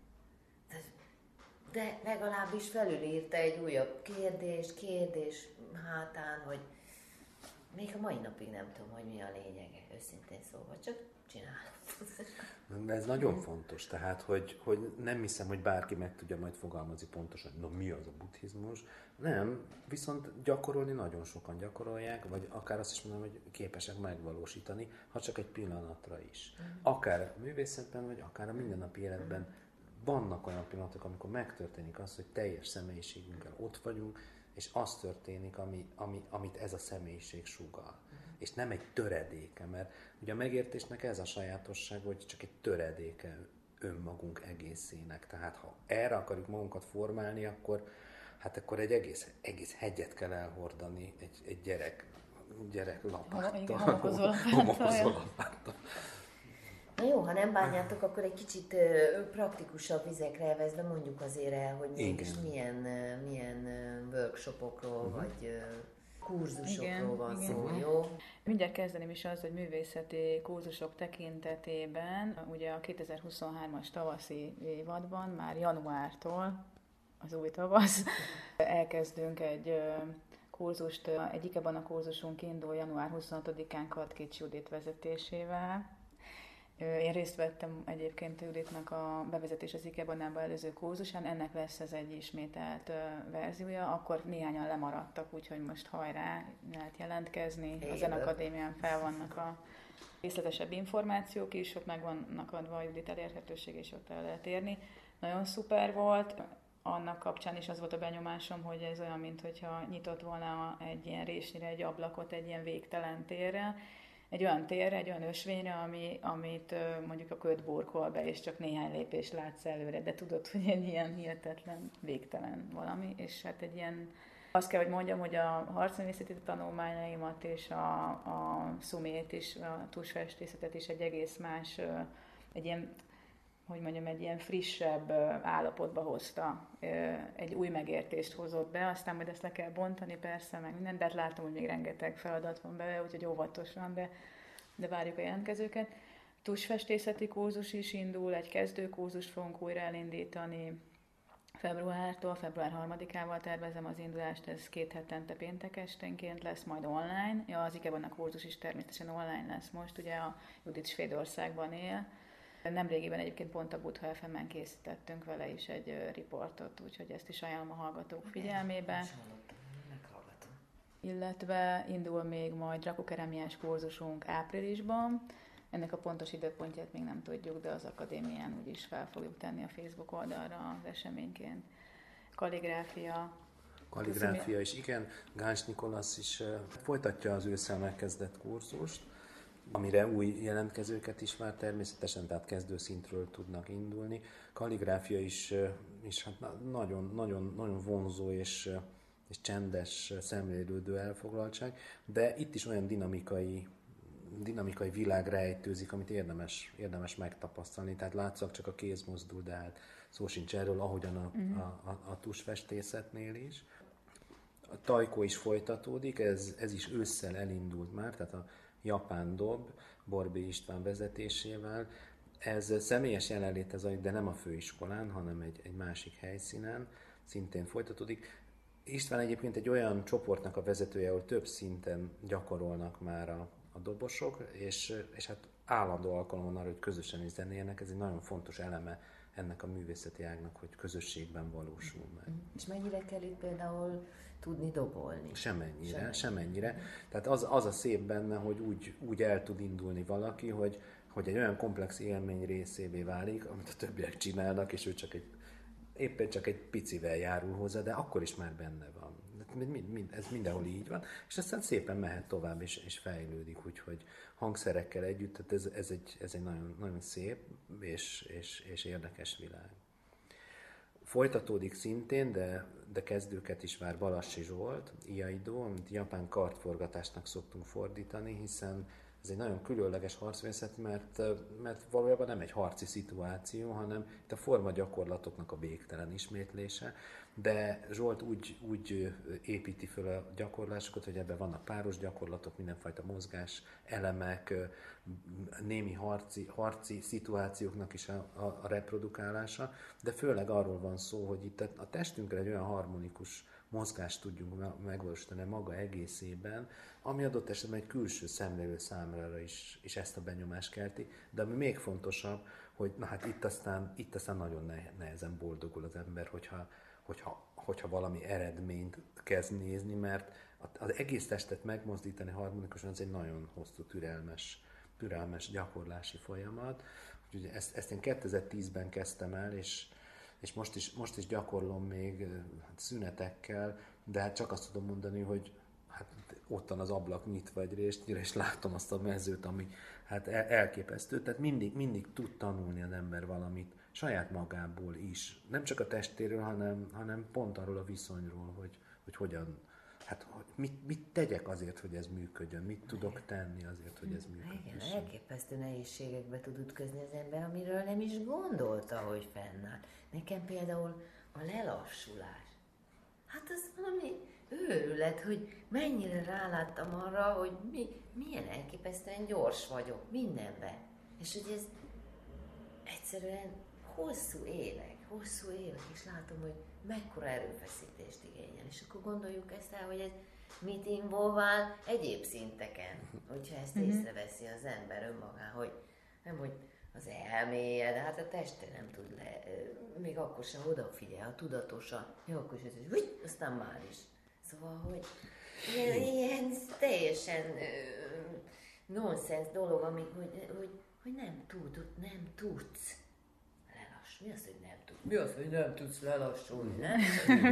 De legalábbis felülírta egy újabb kérdés hátán, hogy még a mai napig nem tudom, hogy mi a lényege, őszintén szóval, csak csinálom. Ez nagyon fontos, tehát, hogy nem hiszem, hogy bárki meg tudja majd fogalmazni pontosan, na mi az a buddhizmus. Nem, viszont gyakorolni nagyon sokan gyakorolják, vagy akár azt is mondom, hogy képesek megvalósítani, ha csak egy pillanatra is. Akár a művészetben, vagy akár a mindennapi életben vannak olyan pillanatok, amikor megtörténik az, hogy teljes személyiségünkkel ott vagyunk, és az történik, amit ez a személyiség sugall. És nem egy töredéke, mert ugye a megértésnek ez a sajátosság, hogy csak egy töredéke önmagunk egészének. Tehát ha erre akarjuk magunkat formálni, akkor egy egész hegyet kell elhordani egy gyerek lapáttal. Homokozó lapáttal. Na jó, ha nem bánjátok, akkor egy kicsit praktikusabb vizekre elvezve mondjuk azért el, hogy mégis milyen workshopokról vagy kurzusokról van szó, jó? Mindjárt kezdeném is az, hogy művészeti kurzusok tekintetében, ugye a 2023-as tavaszi évadban, már januártól, az új tavasz, elkezdünk egy kurzust, egy ikebana kurzusunk indul január 26-án Katkics Judit vezetésével. Én részt vettem egyébként Juditnak a bevezetés az ikebanába előző kurzusán, ennek lesz ez egy ismételt verziója, akkor néhányan lemaradtak, úgyhogy most hajrá, lehet jelentkezni. A Zenakadémián fel vannak a részletesebb információk is, ott meg vannak adva a Judit elérhetőség, és ott el lehet érni. Nagyon szuper volt. annak kapcsán is az volt a benyomásom, hogy ez olyan, mintha nyitott volna egy ilyen résnyire egy ablakot egy ilyen végtelen térre, egy olyan térre, egy olyan ösvényre, amit mondjuk a köd burkol be, és csak néhány lépést látsz előre, de tudod, hogy egy ilyen hihetetlen, végtelen valami, és hát egy ilyen, azt kell, hogy mondjam, hogy a harcművészeti tanulmányaimat és a szumét is, a tusfestészetet is egy egész más, egy ilyen, hogy mondjam, egy ilyen frissebb állapotba hozta, egy új megértést hozott be, aztán majd ezt le kell bontani persze, meg minden, de hát látom, hogy még rengeteg feladat van bele, úgyhogy óvatosan, de várjuk a jelentkezőket. Tusfestészeti kurzus is indul, egy kezdőkurzust fogunk újra elindítani februártól, február 3-ával tervezem az indulást, ez 2 hetente péntek esténként lesz, majd online. Ja, az Ikebana a kurzus is természetesen online lesz most, ugye a Judit Svédországban él. Nemrégiben egyébként pont a Budha FM-en készítettünk vele is egy riportot, úgyhogy ezt is ajánlom a hallgatók figyelmébe. Meghallgatom. Illetve indul még majd rakokerámiás kurzusunk áprilisban. Ennek a pontos időpontját még nem tudjuk, de az akadémián úgyis fel fogjuk tenni a Facebook oldalra az eseményként. Kalligráfia is, igen. Gáns Nikolasz is folytatja az ősszel megkezdett kurzust, amire új jelentkezőket is már természetesen, tehát kezdőszintről tudnak indulni. Kalligráfia is hát nagyon vonzó és csendes, szemlélődő elfoglaltság, de itt is olyan dinamikai világ rejtőzik, amit érdemes megtapasztalni. Tehát látszak csak a kéz mozdul, de hát szó sincs erről, ahogyan a tusfestészetnél is. A tajko is folytatódik, ez is ősszel elindult már, tehát a japán dob, Borbély István vezetésével. Ez személyes jelenlét zajlik, de nem a főiskolán, hanem egy másik helyszínen, szintén folytatódik. István egyébként egy olyan csoportnak a vezetője, ahol több szinten gyakorolnak már a dobosok, és hát állandó alkalom van arra, hogy közösen is zenéljenek. Ez egy nagyon fontos eleme ennek a művészeti ágnak, hogy közösségben valósul meg. És mennyire kell itt például tudni dobolni? Semennyire. Tehát az a szép benne, hogy úgy el tud indulni valaki, hogy egy olyan komplex élmény részévé válik, amit a többiek csinálnak, és ő éppen csak egy picivel járul hozzá, de akkor is már benne van. Ez mindenhol így van, és aztán szépen mehet tovább, és fejlődik, úgyhogy hangszerekkel együtt, tehát ez egy nagyon, nagyon szép és érdekes világ. Folytatódik szintén, de kezdőket is vár Balassi Zsolt, Iaido, amit japán kardforgatásnak szoktunk fordítani, hiszen ez egy nagyon különleges harcművészet, mert valójában nem egy harci szituáció, hanem itt a formagyakorlatoknak a végtelen ismétlése, de Zsolt úgy építi föl a gyakorlásokat, hogy ebben vannak páros gyakorlatok, mindenfajta mozgás, elemek, némi harci szituációknak is a reprodukálása, de főleg arról van szó, hogy itt a testünkre egy olyan harmonikus mozgást tudjunk megvalósítani maga egészében, ami adott esetben egy külső szemlélő számára is ezt a benyomást kelti, de ami még fontosabb, hogy na hát itt aztán nagyon nehezen boldogul az ember, hogyha valami eredményt kezd nézni, mert az egész testet megmozdítani harmonikusan, az egy nagyon hosszú, türelmes gyakorlási folyamat. Úgyhogy ezt én 2010-ben kezdtem el, és most is gyakorlom még szünetekkel, de hát csak azt tudom mondani, hogy hát ottan az ablak nyitva egy résznyire, és látom azt a mezőt, ami hát elképesztő. Tehát mindig tud tanulni az ember valamit saját magából is. Nem csak a testéről, hanem pont arról a viszonyról, hogy hogyan, hát mit tegyek azért, hogy ez működjön, mit tudok tenni azért, hogy ez működjön. Igen, elképesztő nehézségekbe tud ütközni az ember, amiről nem is gondolta, hogy fennáll. Nekem például a lelassulás. Hát az valami őrület, hogy mennyire ráláttam arra, hogy milyen elképesztően gyors vagyok mindenben. És hogy ez egyszerűen hosszú évek, és látom, hogy mekkora erőfeszítést igényel. És akkor gondoljuk ezt el, hogy ez mit involvál egyéb szinteken, hogyha ezt észreveszi az ember önmagán, hogy nem, hogy az elméje, de hát a teste nem tud még akkor sem odafigyel, ha tudatosan, jó, akkor is ez, aztán már is. Szóval, hogy ilyen teljesen nonsens dolog, hogy nem tudsz lelassulni. Mi az, hogy nem tudsz? Mi az, hogy nem tudsz lelassulni, nem?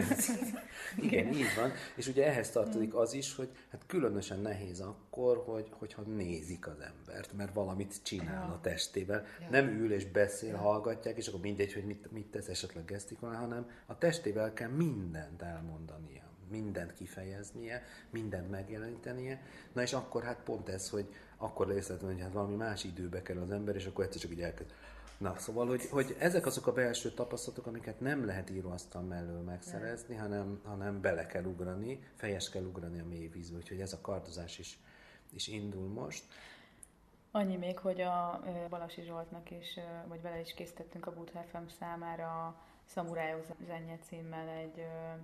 Igen, így van. És ugye ehhez tartozik az is, hogy hát különösen nehéz akkor, hogyha nézik az embert, mert valamit csinál a testével. Nem ül és beszél, hallgatják, és akkor mindegy, hogy mit tesz, esetleg gesztikulál, hanem a testével kell mindent elmondania, mindent kifejeznie, mindent megjelenítenie. Na és akkor hát pont ez, hogy akkor észrevetem, hogy hát valami más időbe kell az ember, és akkor egyszer csak így elkezd. Na, szóval, hogy ezek azok a belső tapasztalatok, amiket nem lehet íróasztal mellől megszerezni, hanem bele kell ugrani, fejes kell ugrani a mély vízbe, úgyhogy ez a kardozás is indul most. Annyi még, hogy a Balasi Zsoltnak is, vagy vele is készítettünk a Buddha FM számára a Szamurájok zenje címmel egy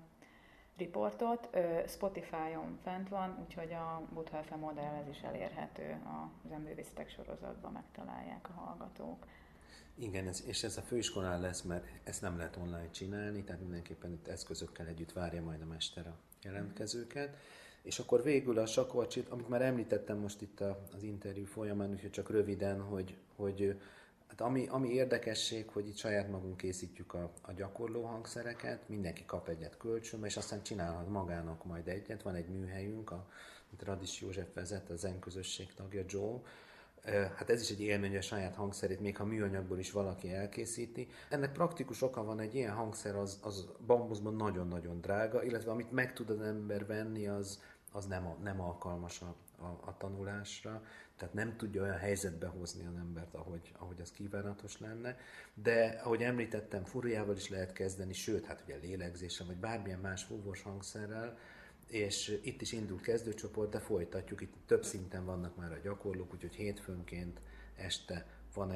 riportot. Spotify-on fent van, úgyhogy a Buddha FM oldalán ez is elérhető, a zenművészetek sorozatban megtalálják a hallgatók. Igen, és ez a főiskolán lesz, mert ezt nem lehet online csinálni, tehát mindenképpen itt eszközökkel együtt várja majd a mester a jelentkezőket. És akkor végül a Sakorcsit, amit már említettem most itt az interjú folyamán, úgyhogy csak röviden, hogy hát ami érdekesség, hogy itt saját magunk készítjük a gyakorló hangszereket, mindenki kap egyet kölcsönbe, és aztán csinálhat magának majd egyet. Van egy műhelyünk, amit Radics József vezet, a Zen közösség tagja, Joe. Hát ez is egy élmény, hogy a saját hangszerét, még ha műanyagból is valaki elkészíti. Ennek praktikus oka van, egy ilyen hangszer az bambuszban nagyon-nagyon drága, illetve amit meg tud az ember venni, az nem alkalmas a tanulásra, tehát nem tudja olyan helyzetbe hozni az embert, ahogy az kívánatos lenne. De ahogy említettem, fúriával is lehet kezdeni, sőt, hát ugye lélegzéssel, vagy bármilyen más fúvós hangszerrel, és itt is indul kezdőcsoport, de folytatjuk, itt több szinten vannak már a gyakorlók, úgyhogy hétfőnként este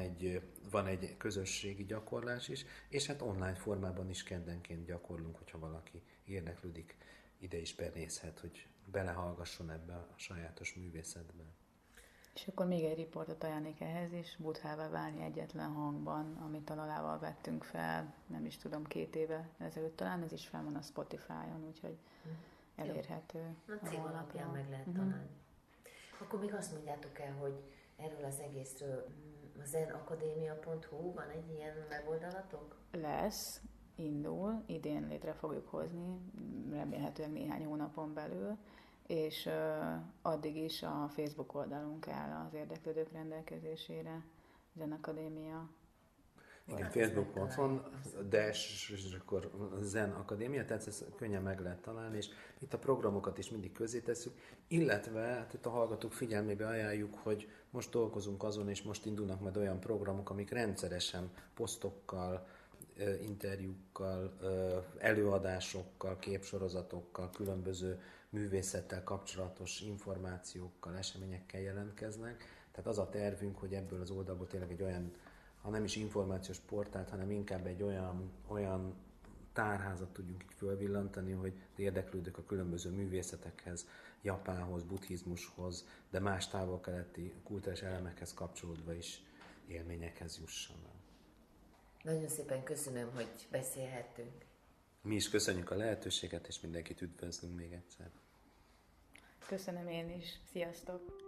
van egy közösségi gyakorlás is, és hát online formában is keddenként gyakorlunk, hogyha valaki érdeklődik, ide is benézhet, hogy belehallgasson ebbe a sajátos művészetbe. És akkor még egy riportot ajánlik ehhez is, Buddhává válni egyetlen hangban, amit a Lalával vettünk fel, nem is tudom, 2 éve ezelőtt talán, ez is fel van a Spotify-on, úgyhogy elérhető. A cím alapján meg lehet találni. Akkor még azt mondjátok el, hogy erről az egészről a zenakadémia.hu van egy ilyen weboldalatok? Lesz, indul, idén létre fogjuk hozni, remélhetőleg néhány hónapon belül, és addig is a Facebook oldalunk áll az érdeklődők rendelkezésére, Zenakadémia. Igen, Facebook.com, és akkor Zen Akadémia, tehát ezt könnyen meg lehet találni, és itt a programokat is mindig közzé tesszük, illetve hát itt a hallgatók figyelmébe ajánljuk, hogy most dolgozunk azon, és most indulnak majd olyan programok, amik rendszeresen posztokkal, interjúkkal, előadásokkal, képsorozatokkal, különböző művészettel kapcsolatos információkkal, eseményekkel jelentkeznek. Tehát az a tervünk, hogy ebből az oldalból tényleg egy olyan, ha nem is információs portált, hanem inkább egy olyan tárházat tudjunk így fölvillantani, hogy érdeklődők a különböző művészetekhez, Japánhoz, buddhizmushoz, de más távol-keleti kulturális elemekhez kapcsolódva is élményekhez jussanak. Nagyon szépen köszönöm, hogy beszélhettünk. Mi is köszönjük a lehetőséget, és mindenkit üdvözlünk még egyszer. Köszönöm én is. Sziasztok!